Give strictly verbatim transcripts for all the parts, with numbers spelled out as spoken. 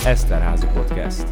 Eszterházi Podcast.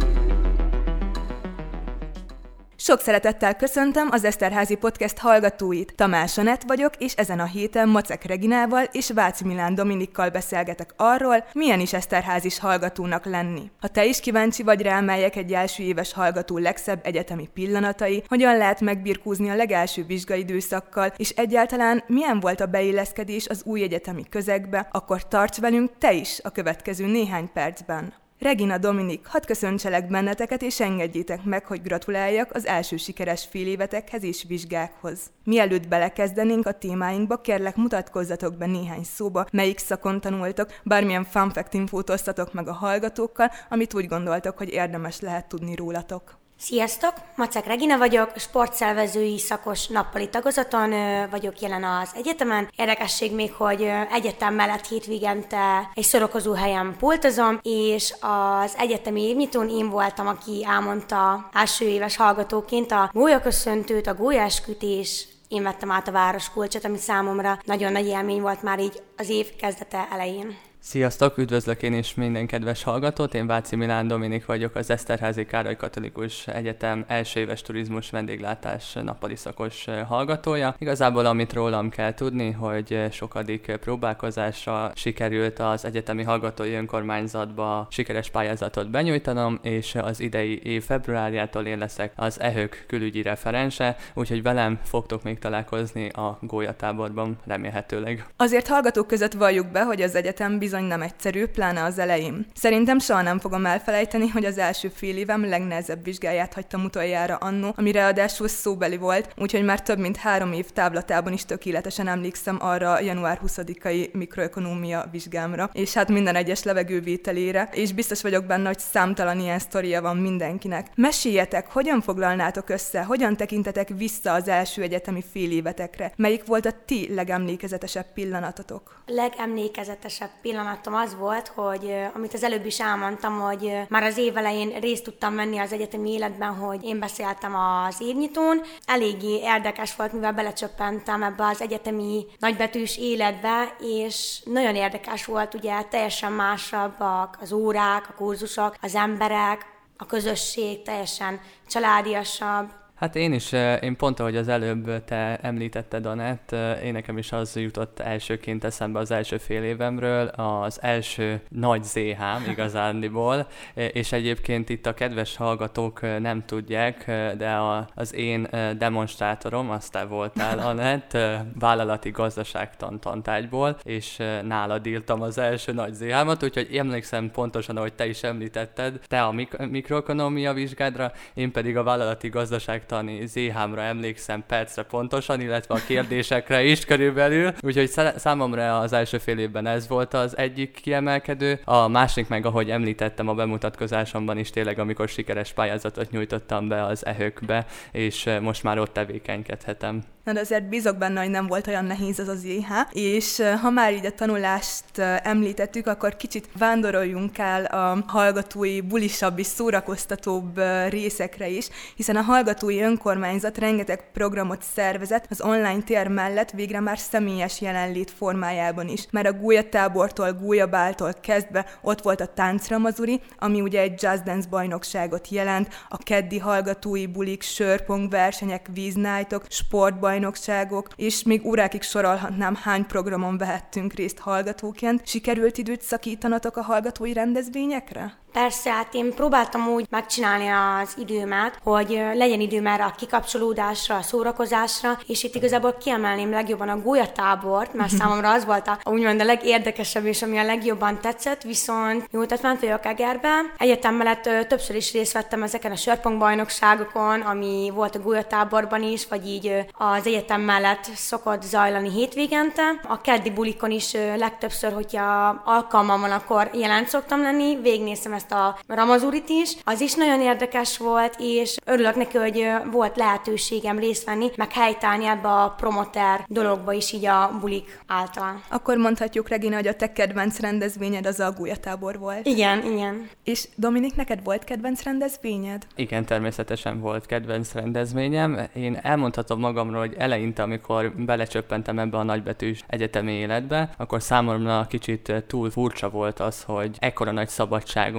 Sok szeretettel köszöntöm az Eszterházi Podcast hallgatóit. Tamás Anett vagyok, és ezen a héten Macek Reginával és Váci Milán Dominikkal beszélgetek arról, milyen is eszterházis hallgatónak lenni. Ha te is kíváncsi vagy rá, melyek egy első éves hallgató legszebb egyetemi pillanatai, hogyan lehet megbirkózni a legelső vizsgaidőszakkal, és egyáltalán milyen volt a beilleszkedés az új egyetemi közegbe, akkor tarts velünk te is a következő néhány percben. Regina, Dominik, hadd köszöntselek benneteket, és engedjétek meg, hogy gratuláljak az első sikeres félévetekhez és vizsgákhoz. Mielőtt belekezdenénk a témáinkba, kérlek mutatkozzatok be néhány szóba, melyik szakon tanultok, bármilyen fun fact infót osztatok meg a hallgatókkal, amit úgy gondoltok, hogy érdemes lehet tudni rólatok. Sziasztok! Macek Regina vagyok, sportszervezői szakos nappali tagozaton vagyok jelen az egyetemen. Érdekesség még, hogy egyetem mellett hétvégente egy szórakozó helyen pultozom, és az egyetemi évnyitón én voltam, aki elmondta első éves hallgatóként a gólyaköszöntőt, a gólyáskütés. Én vettem át a városkulcsot, ami számomra nagyon nagy élmény volt már így az év kezdete elején. Sziasztok, üdvözlök én is minden kedves hallgatót, én Váci Milán Dominik vagyok, az Eszterházi Károly Katolikus Egyetem első éves turizmus vendéglátás nappali szakos hallgatója. Igazából amit rólam kell tudni, hogy sokadik próbálkozásra sikerült az egyetemi hallgatói önkormányzatba sikeres pályázatot benyújtanom, és az idei év februárjától én leszek az e hö k külügyi referense, úgyhogy velem fogtok még találkozni a gólyatáborban remélhetőleg. Azért hallgatók között valljuk be, hogy az egyetem bizony nem egyszerű, pláne az elején. Szerintem soha nem fogom elfelejteni, hogy az első fél évem legnehezebb vizsgáját hagytam utoljára annó, ami ráadásul szóbeli volt, úgyhogy már több mint három év távlatában is tökéletesen emlékszem arra a január huszadikai mikroökonómia vizsgámra, és hát minden egyes levegővételére, és biztos vagyok benne, hogy számtalan ilyen sztoria van mindenkinek. Meséljetek, hogyan foglalnátok össze, hogyan tekintetek vissza az első egyetemi fél évetekre? Melyik volt a ti legemlékezetesebb pillanatotok? Legemlékezetesebb pillanatom az volt, hogy amit az előbb is elmondtam, hogy már az év elején részt tudtam venni az egyetemi életben, hogy én beszéltem az évnyitón. Eléggé érdekes volt, mivel belecsöppentem ebbe az egyetemi nagybetűs életbe, és nagyon érdekes volt, ugye teljesen másabbak az órák, a kurzusok, az emberek, a közösség teljesen családiasabb. Hát én is, én pont ahogy az előbb te említetted, Anett, én nekem is az jutott elsőként eszembe az első fél évemről, az első nagy zé hám igazándiból, és egyébként itt a kedves hallgatók nem tudják, de a, az én demonstrátorom, azt te voltál, Anett, vállalati gazdaságtan tantárgyból, és nálad írtam az első nagy zé hámat, úgyhogy emlékszem pontosan, ahogy te is említetted, te a mik- mikroökonómia vizsgádra, én pedig a vállalati gazdaság tani zé hámra emlékszem percre pontosan, illetve a kérdésekre is körülbelül. Úgyhogy számomra az első fél évben ez volt az egyik kiemelkedő. A másik meg, ahogy említettem a bemutatkozásomban is tényleg, amikor sikeres pályázatot nyújtottam be az e hö k-be, és most már ott tevékenykedhetem. Na de azért bízok benne, hogy nem volt olyan nehéz az a zé há, és ha már így a tanulást említettük, akkor kicsit vándoroljunk el a hallgatói bulisabb és szórakoztatóbb részekre is, hiszen a hallgatói önkormányzat rengeteg programot szervezett az online tér mellett végre már személyes jelenlét formájában is. Már a gólyatábortól, gólyabáltól kezdve ott volt a táncramazuri, ami ugye egy jazz dance bajnokságot jelent, a keddi hallgatói bulik, sörpong versenyek, víznájtok, sportbajnokságok, és még órákig sorolhatnám, hány programon vehettünk részt hallgatóként. Sikerült időt szakítanatok a hallgatói rendezvényekre? Persze, hát én próbáltam úgy megcsinálni az időmet, hogy legyen időm erre a kikapcsolódásra, a szórakozásra, és itt igazából kiemelném legjobban a gólyatábort, mert számomra az volt a, úgymond a legérdekesebb, és ami a legjobban tetszett, viszont mióta fent vagyok Egerben, egyetem mellett többször is részt vettem ezeken a sörpong-bajnokságokon, ami volt a gólyatáborban is, vagy így az egyetem mellett szokott zajlani hétvégente. A keddi bulikon is legtöbbször, hogyha alkalmam van, akkor jelen szoktam lenni, végignéztem ezt a ramazurit is. Az is nagyon érdekes volt, és örülök neki, hogy volt lehetőségem részt venni, meg helytállni ebbe a promoter dologba is így a bulik által. Akkor mondhatjuk, Regina, hogy a te kedvenc rendezvényed az a gólyatábor volt. Igen, igen. És Dominik, neked volt kedvenc rendezvényed? Igen, természetesen volt kedvenc rendezvényem. Én elmondhatom magamról, hogy eleinte, amikor belecsöppentem ebbe a nagybetűs egyetemi életbe, akkor számomra kicsit túl furcsa volt az, hogy ekkora nagy szabadságunk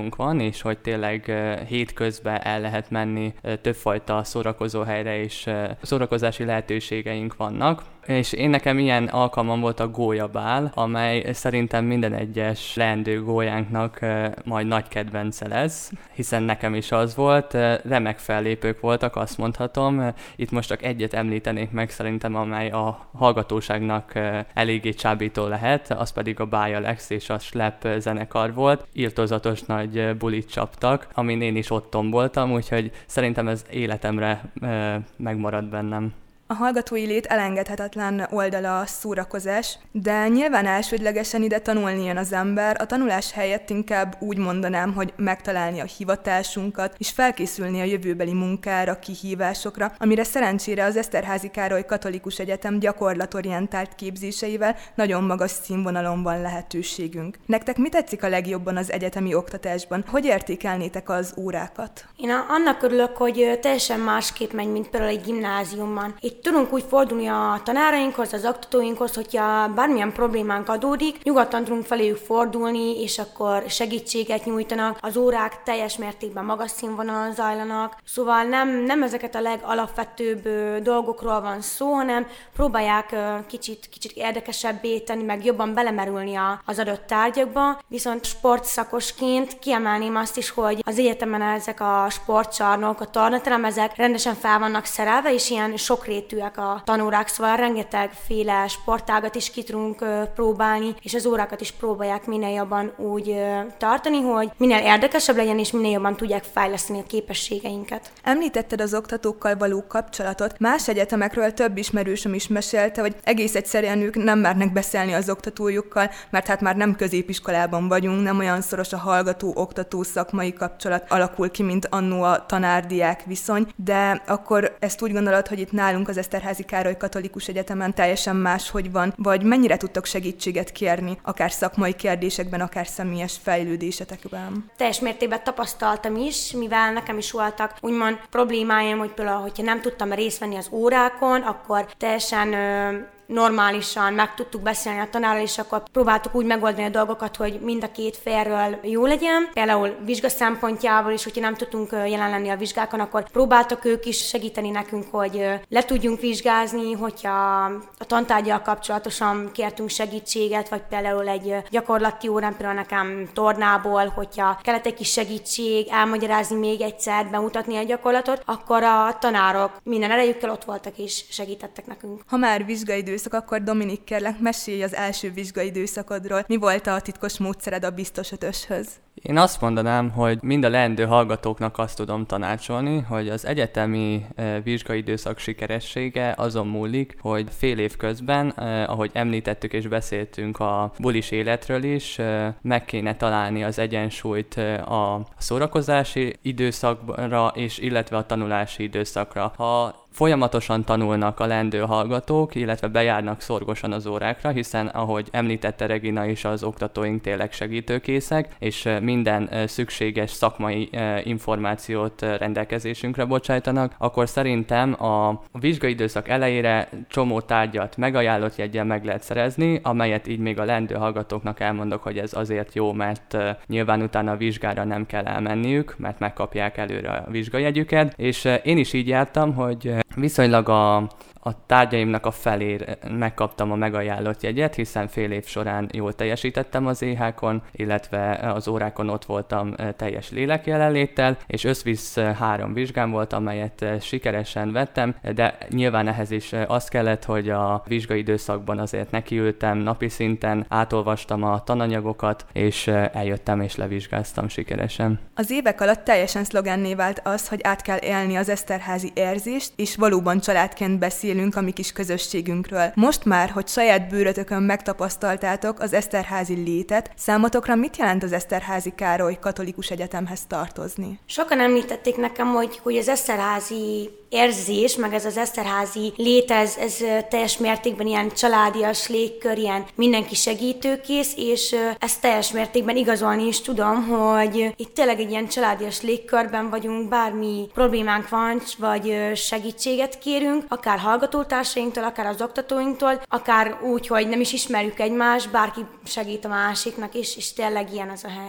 helyünk van, és hogy tényleg hétközben el lehet menni többfajta szórakozó helyre, és szórakozási lehetőségeink vannak. És én nekem ilyen alkalmam volt a gólyabál, amely szerintem minden egyes leendő gólyánknak majd nagy kedvence lesz, hiszen nekem is az volt. Remek fellépők voltak, azt mondhatom. Itt most csak egyet említenék meg szerintem, amely a hallgatóságnak eléggé csábító lehet, az pedig a Bájalex és a Slep zenekar volt. Irtózatos nagy bulit csaptak, amin én is ott tomboltam, úgyhogy szerintem ez életemre megmarad bennem. A hallgatói lét elengedhetetlen oldala a szórakozás, de nyilván elsődlegesen ide tanulni jön az ember, a tanulás helyett inkább úgy mondanám, hogy megtalálni a hivatásunkat, és felkészülni a jövőbeli munkára, kihívásokra, amire szerencsére az Eszterházy Károly Katolikus Egyetem gyakorlatorientált képzéseivel nagyon magas színvonalon van lehetőségünk. Nektek mi tetszik a legjobban az egyetemi oktatásban? Hogy értékelnétek az órákat? Én annak örülök, hogy teljesen másképp megy, mint például egy gimnáziumban. Itt tudunk úgy fordulni a tanárainkhoz, az oktatóinkhoz, hogyha bármilyen problémánk adódik, nyugodtan tudunk feléjük fordulni, és akkor segítséget nyújtanak. Az órák teljes mértékben magas színvonalon zajlanak, szóval nem, nem ezeket a legalapvetőbb dolgokról van szó, hanem próbálják kicsit, kicsit érdekesebbé tenni, meg jobban belemerülni az adott tárgyakba. Viszont sportszakosként kiemelném azt is, hogy az egyetemen ezek a sportcsarnok, a tornaterem, ezek rendesen fel vannak szerelve, és ilyen sokrétű a tanórák, szóval rengetegféle sportágat is ki tudunk próbálni, és az órákat is próbálják minél jobban úgy tartani, hogy minél érdekesebb legyen, és minél jobban tudják fejleszteni a képességeinket. Említetted az oktatókkal való kapcsolatot. Más egyetemekről több ismerősöm is mesélte, hogy egész egyszerűen ők nem mernek beszélni az oktatójukkal, mert hát már nem középiskolában vagyunk, nem olyan szoros a hallgató-oktató szakmai kapcsolat alakul ki, mint annó a tanár-diák viszony, de akkor ezt úgy gondolod, hogy itt nálunk az Eszterházy Károly Katolikus Egyetemen teljesen máshogy van, vagy mennyire tudtok segítséget kérni, akár szakmai kérdésekben, akár személyes fejlődésetekben? Teljes mértékben tapasztaltam is, mivel nekem is voltak úgymond problémáim, hogy például, hogyha nem tudtam részt venni az órákon, akkor teljesen ö, normálisan meg tudtuk beszélni a tanárral, és akkor próbáltuk úgy megoldani a dolgokat, hogy mind a két félről jó legyen. Például vizsga szempontjából is, hogyha nem tudtunk jelen lenni a vizsgákon, akkor próbáltak ők is segíteni nekünk, hogy le tudjunk vizsgázni, hogyha a tantárggyal kapcsolatosan kértünk segítséget, vagy például egy gyakorlati órán, például nekem tornából, hogyha kellett egy kis segítség, elmagyarázni még egyszer, bemutatni a gyakorlatot, akkor a tanárok minden erejükkel ott voltak és segítettek nekünk. Ha már vizsgaidő akkor Dominik, kérlek, mesélj az első vizsgai időszakodról. Mi volt a titkos módszered a biztos ötöshöz? Én azt mondanám, hogy mind a leendő hallgatóknak azt tudom tanácsolni, hogy az egyetemi eh, vizsgai időszak sikeressége azon múlik, hogy fél év közben, eh, ahogy említettük és beszéltünk a bulis életről is, eh, meg kéne találni az egyensúlyt eh, a szórakozási időszakra és illetve a tanulási időszakra. Ha folyamatosan tanulnak a leendő hallgatók, illetve bejárnak szorgosan az órákra, hiszen ahogy említette Regina is, az oktatóink tényleg segítőkészek, és minden szükséges szakmai információt rendelkezésünkre bocsájtanak, akkor szerintem a vizsgai időszak elejére csomó tárgyat megajánlott jeggyel meg lehet szerezni, amelyet így még a leendő hallgatóknak elmondok, hogy ez azért jó, mert nyilván utána a vizsgára nem kell elmenniük, mert megkapják előre a vizsgajegyüket, és én is így jártam, hogy viszonylag a a tárgyaimnak a felére megkaptam a megajánlott jegyet, hiszen fél év során jól teljesítettem az é há-kon, illetve az órákon ott voltam teljes lélekjelenléttel, és összvisz három vizsgám volt, amelyet sikeresen vettem, de nyilván ehhez is az kellett, hogy a vizsgai időszakban azért nekiültem napi szinten, átolvastam a tananyagokat, és eljöttem és levizsgáztam sikeresen. Az évek alatt teljesen szlogenné vált az, hogy át kell élni az eszterházi érzést, és valóban családként beszél a mi kis közösségünkről. Most már, hogy saját bőrötökön megtapasztaltátok az Eszterházi létet, számotokra mit jelent az Eszterházy Károly Katolikus Egyetemhez tartozni? Sokan említették nekem, hogy, hogy az eszterházi érzés, meg ez az eszterházi lét, ez, ez teljes mértékben ilyen családias légkör, ilyen mindenki segítőkész, és ezt teljes mértékben igazolni is tudom, hogy itt tényleg egy ilyen családias légkörben vagyunk, bármi problémánk van, vagy segítséget kérünk, akár hallgatótársainktól, akár az oktatóinktól, akár úgy, hogy nem is ismerjük egymást, bárki segít a másiknak, és, és tényleg ilyen az a hely.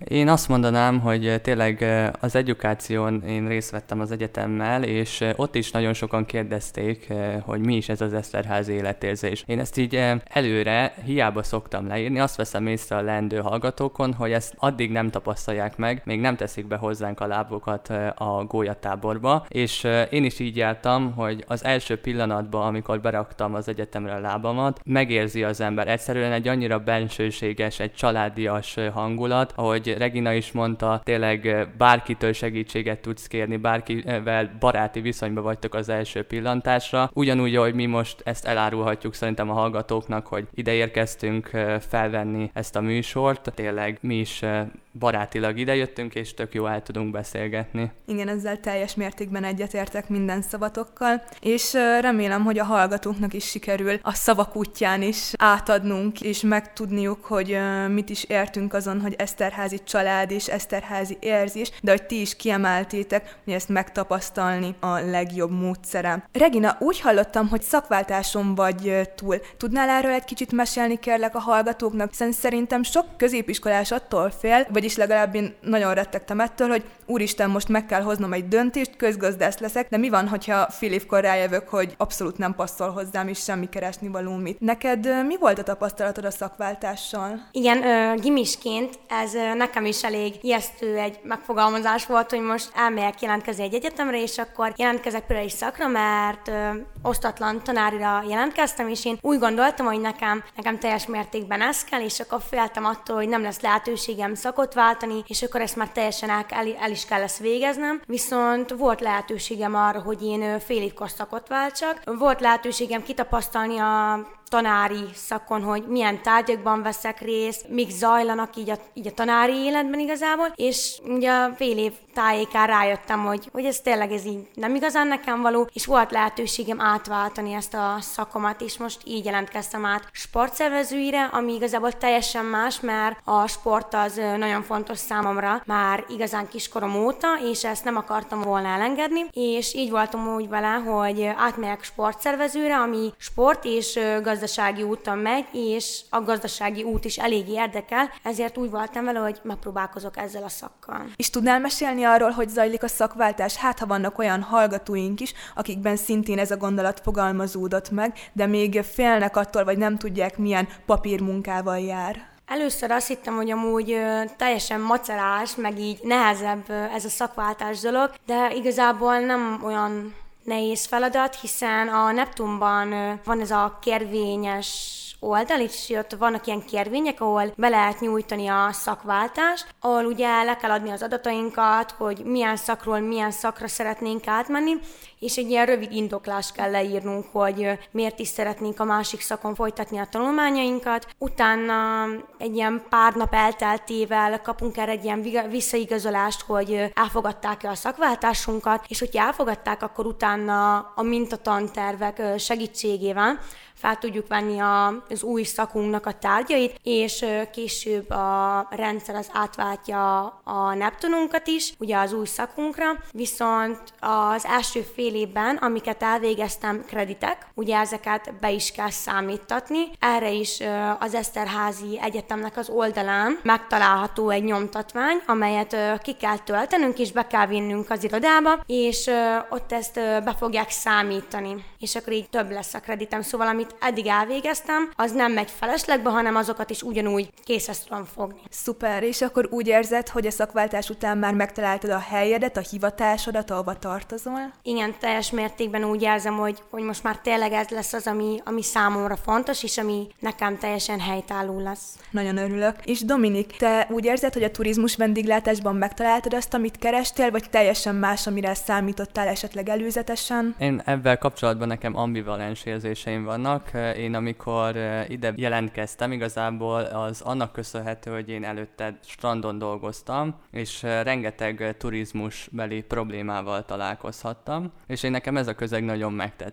Én azt mondanám, hogy tényleg az edukáción én részt vettem az egyetemmel, és ott is nagyon sokan kérdezték, hogy mi is ez az Eszterházy életérzés. Én ezt így előre hiába szoktam leírni, azt veszem észre a leendő hallgatókon, hogy ezt addig nem tapasztalják meg, még nem teszik be hozzánk a lábukat a gólyatáborba, és én is így jártam, hogy az első pillanatban, amikor beraktam az egyetemre a lábamat, megérzi az ember. Egyszerűen egy annyira bensőséges, egy családias hangulat, ahogy Regina is mondta, tényleg bárkitől segítséget tudsz kérni, bárkivel baráti viszonyban vagytok az első pillantásra. Ugyanúgy, ahogy mi most ezt elárulhatjuk szerintem a hallgatóknak, hogy ide érkeztünk felvenni ezt a műsort, tényleg mi is barátilag idejöttünk, és tök jó el tudunk beszélgetni. Igen, ezzel teljes mértékben egyetértek minden szavatokkal, és remélem, hogy a hallgatóknak is sikerül a szavak útján is átadnunk, és megtudniuk, hogy mit is értünk azon, hogy Eszterházy család és Eszterházy érzés, de hogy ti is kiemeltétek, hogy ezt megtapasztalni a legjobb módszere. Regina, úgy hallottam, hogy szakváltáson vagy túl. Tudnál erről egy kicsit mesélni, kérlek, a hallgatóknak? Hiszen szerintem sok középiskolás attól fél, vagyis legalább én nagyon rettegtem ettől, hogy úristen, most meg kell hoznom egy döntést, közgazdász leszek, de mi van, hogyha fél évkor rájövök, hogy abszolút nem passzol hozzám, és semmi keresni valómit. Neked mi volt a tapasztalatod a szakváltással? Igen, ö, gimisként ez ö, nekem is elég ijesztő egy megfogalmazás volt, hogy most elmegyek jelentkezni egy egyetemre, és akkor jelentkezek például egy szakra, mert ö, osztatlan tanárira jelentkeztem, és én úgy gondoltam, hogy nekem, nekem teljes mértékben ez kell, és akkor féltem attól, hogy nem lesz lehetőségem szakot váltani, és akkor ezt már teljesen el, el, el is kell ezt végeznem. Viszont volt lehetőségem arra, hogy én fél évkor szakot váltsak. Volt lehetőségem kitapasztalni a tanári szakon, hogy milyen tárgyakban veszek részt, mik zajlanak így a, így a tanári életben igazából, és ugye a fél év tájékán rájöttem, hogy, hogy ez tényleg ez így nem igazán nekem való, és volt lehetőségem átváltani ezt a szakomat, és most így jelentkeztem át sportszervezőire, ami igazából teljesen más, mert a sport az nagyon fontos számomra már igazán kiskorom óta, és ezt nem akartam volna elengedni, és így voltam úgy vele, hogy átmegyek sportszervezőre, ami sport és gazdasági úton megy, és a gazdasági út is elég érdekel, ezért úgy voltam vele, hogy megpróbálkozok ezzel a szakkal. És tudnál mesélni arról, hogy zajlik a szakváltás? Hát, ha vannak olyan hallgatóink is, akikben szintén ez a gondolat fogalmazódott meg, de még félnek attól, vagy nem tudják, milyen papírmunkával jár. Először azt hittem, hogy amúgy ö, teljesen macerás, meg így nehezebb ö, ez a szakváltás dolog, de igazából nem olyan nehéz feladat, hiszen a Neptunban ö, van ez a kérvényes oldal, és ott vannak ilyen kérvények, ahol be lehet nyújtani a szakváltást, ahol ugye le kell adni az adatainkat, hogy milyen szakról milyen szakra szeretnénk átmenni, és egy ilyen rövid indoklást kell leírnunk, hogy miért is szeretnénk a másik szakon folytatni a tanulmányainkat. Utána egy ilyen pár nap elteltével kapunk erre egy ilyen visszaigazolást, hogy elfogadták-e a szakváltásunkat, és hogyha elfogadták, akkor utána a mintatantervek segítségével fel tudjuk venni a, az új szakunknak a tárgyait, és később a rendszer az átváltja a Neptununkat is, ugye az új szakunkra, viszont az első fél évben, amiket elvégeztem, kreditek, ugye ezeket be is kell számítatni. Erre is az Eszterházy Egyetemnek az oldalán megtalálható egy nyomtatvány, amelyet ki kell töltenünk, és be kell vinnünk az irodába, és ott ezt be fogják számítani, és akkor így több lesz a kreditem, szóval amit eddig elvégeztem, az nem megy feleslegbe, hanem azokat is ugyanúgy készhez tudom fogni. Szuper, és akkor úgy érzed, hogy a szakváltás után már megtaláltad a helyedet, a hivatásodat, ahova tartozol? Igen, teljes mértékben úgy érzem, hogy, hogy most már tényleg ez lesz az, ami, ami számomra fontos, és ami nekem teljesen helytálló lesz. Nagyon örülök. És Dominik, te úgy érzed, hogy a turizmus vendéglátásban megtaláltad azt, amit kerestél, vagy teljesen más, amire számítottál esetleg előzetesen? Én ebben kapcsolatban nekem ambivalens érzéseim vannak. Én amikor ide jelentkeztem, igazából az annak köszönhető, hogy én előtte strandon dolgoztam, és rengeteg turizmusbeli problémával találkozhattam, és én nekem ez a közeg nagyon megtetszett.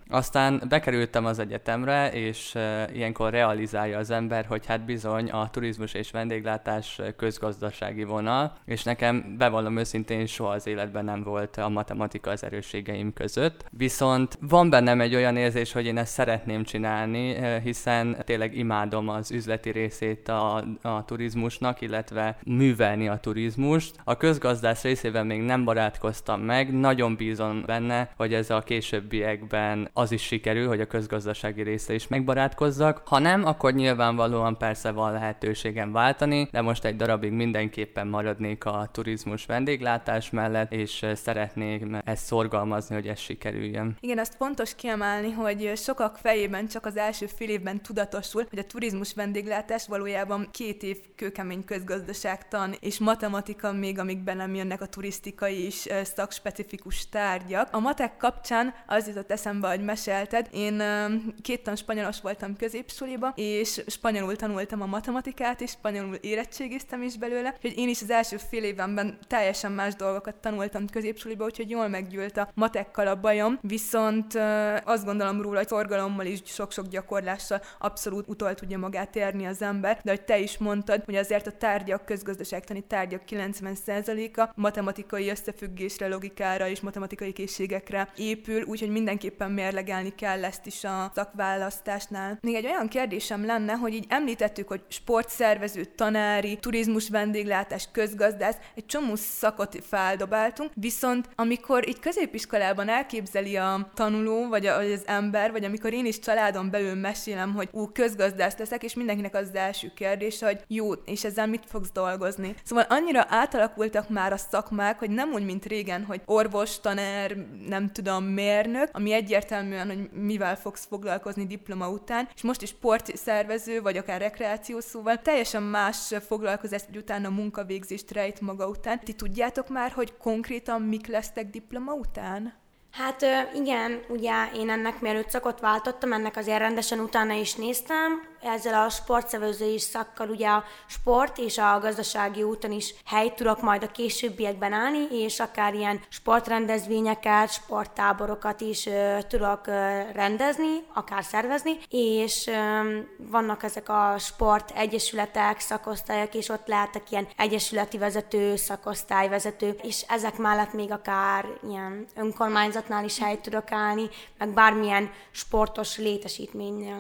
Aztán bekerültem az egyetemre, és uh, ilyenkor realizálja az ember, hogy hát bizony a turizmus és vendéglátás közgazdasági vonal, és nekem bevallom őszintén soha az életben nem volt a matematika az erősségeim között. Viszont van bennem egy olyan érzés, hogy én ezt szeretném csinálni, hiszen tényleg imádom az üzleti részét a, a turizmusnak, illetve művelni a turizmust. A közgazdász részében még nem barátkoztam meg, nagyon bízom benne, hogy ez a későbbiekben az is sikerül, hogy a közgazdasági része is megbarátkozzak. Ha nem, akkor nyilvánvalóan persze van lehetőségem váltani, de most egy darabig mindenképpen maradnék a turizmus vendéglátás mellett, és szeretnék ezt szorgalmazni, hogy ez sikerüljön. Igen, azt fontos kiemelni, hogy sokak fejében csak az első fél évben tudatosul, hogy a turizmus vendéglátás valójában két év kőkemény közgazdaságtan és matematika még, amíg be nem jönnek a turisztikai és szakspecifikus tárgyak. A matek kapcsán az jutott eszembe, hogy mesélted, én két tan spanyolos voltam középsuliba, és spanyolul tanultam a matematikát, és spanyolul érettségiztem is belőle, hogy én is az első fél évemben teljesen más dolgokat tanultam középsuliba, úgyhogy jól meggyűlt a matekkal a bajom, viszont azt gondolom róla, hogy szorgalommal és sok-sok gyakorlással abszolút utol tudja magát érni az ember, de hogy te is mondtad, hogy azért a tárgyak, közgazdaságtani tárgyak kilencven százaléka matematikai összefüggésre, logikára és matematikai készségekre épül, úgyhogy mindenképpen mérlegelni kell ezt is a szakválasztásnál. Még egy olyan kérdésem lenne, hogy így említettük, hogy sportszervező, tanári, turizmus, vendéglátás, közgazdász, egy csomó szakot feldobáltunk, viszont amikor így középiskolában elképzeli a tanuló, vagy az ember, vagy amikor én is családon belül mesélem, hogy ú, közgazdász leszek, és mindenkinek az, az első kérdés, hogy jó, és ezzel mit fogsz dolgozni? Szóval annyira átalakultak már a szakmák, hogy nem úgy, mint régen, hogy orvos, tanár, nem tudom, mérnök, ami egyértelműen, hogy mivel fogsz foglalkozni diploma után, és most is sportszervező, vagy akár rekreáció, szóval teljesen más foglalkozás, hogy utána munkavégzést rejt maga után. Ti tudjátok már, hogy konkrétan mik lesztek diploma után? Hát igen, ugye én ennek mielőtt szakot váltottam, ennek azért rendesen utána is néztem. Ezzel a sportszervezői szakkal ugye a sport és a gazdasági úton is helyt tudok majd a későbbiekben állni, és akár ilyen sportrendezvényeket, sporttáborokat is uh, tudok uh, rendezni, akár szervezni, és um, vannak ezek a sportegyesületek, szakosztályok, és ott lehetek ilyen egyesületi vezető, szakosztályvezető, és ezek mellett még akár ilyen önkormányzatnál is helyt tudok állni, meg bármilyen sportos létesítménynél.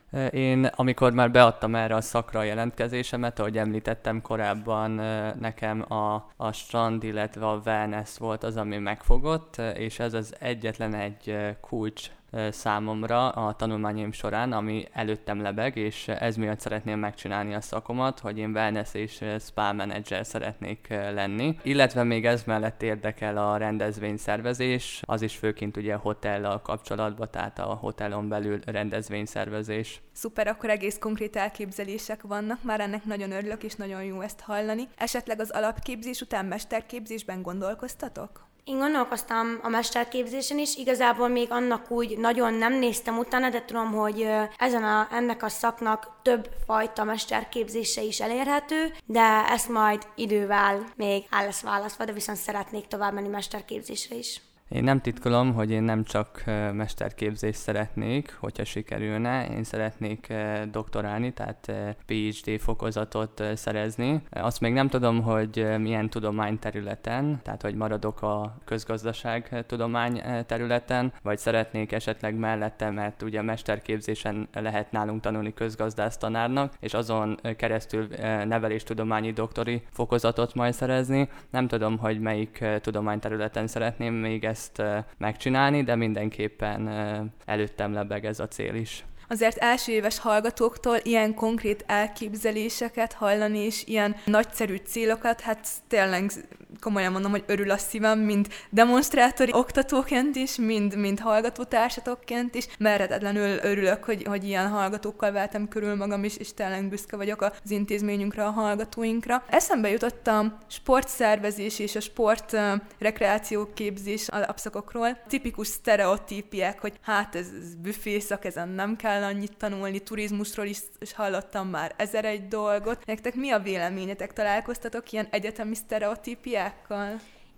Én, amikor már beadtam erre a szakra a jelentkezésemet, ahogy említettem korábban, nekem a, a strand, illetve a wellness volt az, ami megfogott, és ez az egyetlen egy kulcs számomra a tanulmányaim során, ami előttem lebeg, és ez miatt szeretném megcsinálni a szakomat, hogy én wellness és spa manager szeretnék lenni. Illetve még ez mellett érdekel a rendezvényszervezés, az is főként ugye hotellal kapcsolatban, tehát a hotelon belül rendezvényszervezés. Szuper, akkor egész konkrét elképzelések vannak, már ennek nagyon örülök, és nagyon jó ezt hallani. Esetleg az alapképzés után mesterképzésben gondolkoztatok? Én gondolkoztam a mesterképzésen is, igazából még annak úgy nagyon nem néztem utána, de tudom, hogy ezen a, ennek a szaknak több fajta mesterképzése is elérhető, de ezt majd idővel még el lesz választva, de viszont szeretnék tovább menni mesterképzésre is. Én nem titkolom, hogy én nem csak mesterképzést szeretnék, hogyha sikerülne, én szeretnék doktorálni, tehát pé há dé fokozatot szerezni. Azt még nem tudom, hogy milyen tudományterületen, tehát hogy maradok a közgazdaság tudomány területen, vagy szeretnék esetleg mellette, mert ugye mesterképzésen lehet nálunk tanulni közgazdász tanárnak, és azon keresztül neveléstudományi doktori fokozatot majd szerezni. Nem tudom, hogy melyik tudományterületen szeretném még ezt megcsinálni, de mindenképpen előttem lebeg ez a cél is. Azért első éves hallgatóktól ilyen konkrét elképzeléseket hallani, és ilyen nagyszerű célokat, hát tényleg komolyan mondom, hogy örül a szívem, mind demonstrátori oktatóként is, mind, mind hallgatótársatokként is. Meretetlenül örülök, hogy, hogy ilyen hallgatókkal váltam körül magam is, és tényleg büszke vagyok az intézményünkre, a hallgatóinkra. Eszembe jutott a sportszervezés és a sport uh, rekreációképzés alapszakokról. Tipikus sztereotípiák, hogy hát ez, ez büfészak, ezen nem kell annyit tanulni, turizmusról is, is hallottam már ezer egy dolgot. Nektek mi a véleményetek? Találkoztatok ilyen egyetemi sztereotípiákkal?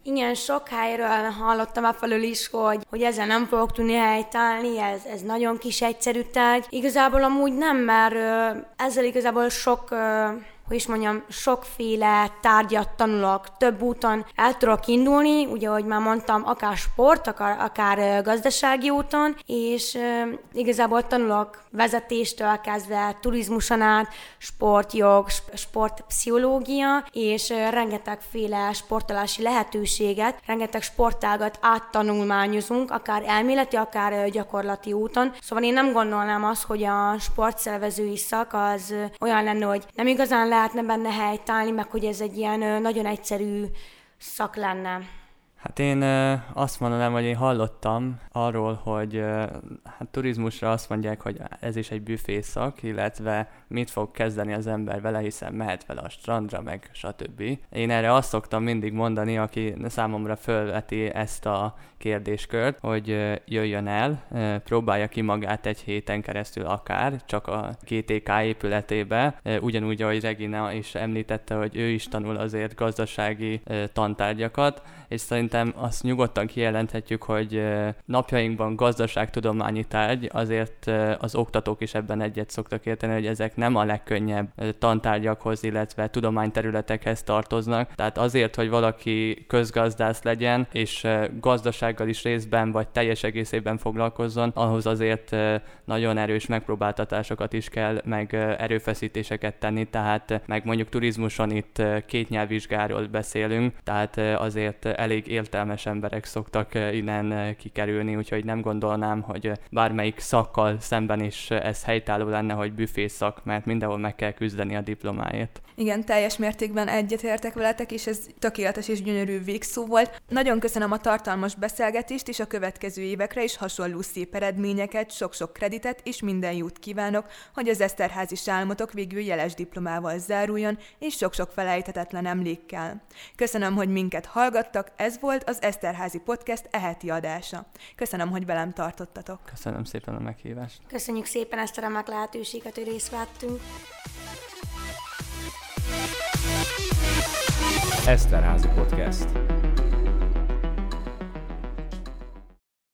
Igen, sok helyről hallottam afelől is, hogy, hogy ezzel nem fogok tudni helytállni, ez, ez nagyon kis egyszerű tárgy. Igazából amúgy nem, mert ö, ezzel igazából sok... Ö, hogy is mondjam, sokféle tárgyat tanulok, több úton el tudok indulni, ugye, ahogy már mondtam, akár sport, akár, akár gazdasági úton, és e, igazából tanulok vezetéstől kezdve turizmuson át, sportjog, sportpszichológia, és e, rengetegféle sportolási lehetőséget, rengeteg sportágat áttanulmányozunk, akár elméleti, akár gyakorlati úton. Szóval én nem gondolnám azt, hogy a sportszervezői szak az olyan lenne, hogy nem igazán lehetne benne helytállni, meg hogy ez egy ilyen nagyon egyszerű szak lenne. Hát én azt mondanám, hogy én hallottam arról, hogy hát turizmusra azt mondják, hogy ez is egy büfészak, illetve mit fog kezdeni az ember vele, hiszen mehet vele a strandra, meg stb. Én erre azt szoktam mindig mondani, aki számomra fölveti ezt a kérdéskört, hogy jöjjön el, próbálja ki magát egy héten keresztül akár, csak a gé té ká épületébe, ugyanúgy, ahogy Regina is említette, hogy ő is tanul azért gazdasági tantárgyakat, és szerintem azt nyugodtan kijelenthetjük, hogy napjainkban gazdaságtudományi tárgy, azért az oktatók is ebben egyet szoktak érteni, hogy ezek nem a legkönnyebb tantárgyakhoz, illetve tudományterületekhez tartoznak. Tehát azért, hogy valaki közgazdász legyen, és gazdasággal is részben, vagy teljes egészében foglalkozzon, ahhoz azért nagyon erős megpróbáltatásokat is kell, meg erőfeszítéseket tenni, tehát meg mondjuk turizmuson itt két nyelvvizsgáról beszélünk, tehát azért elég értelmes emberek szoktak innen kikerülni, úgyhogy nem gondolnám, hogy bármelyik szakkal szemben is ez helytálló lenne, hogy büfészak, mert mindenhol meg kell küzdeni a diplomáért. Igen, teljes mértékben egyetértek veletek, és ez tökéletes és gyönyörű végszó volt. Nagyon köszönöm a tartalmas beszélgetést, és a következő évekre is hasonló szép eredményeket, sok-sok kreditet, és minden jót kívánok, hogy az Eszterházi álmotok végül jeles diplomával záruljon, és sok-sok felejthetetlen emlékkel. Köszönöm, hogy minket hallgattak, ez volt az Eszterházi Podcast eheti adása. Köszönöm, hogy velem tartottatok. Köszönöm szépen a meghívást. Köszönjük szépen ezt a remek lehetőséget, hogy részt vettünk. Eszterházi Podcast.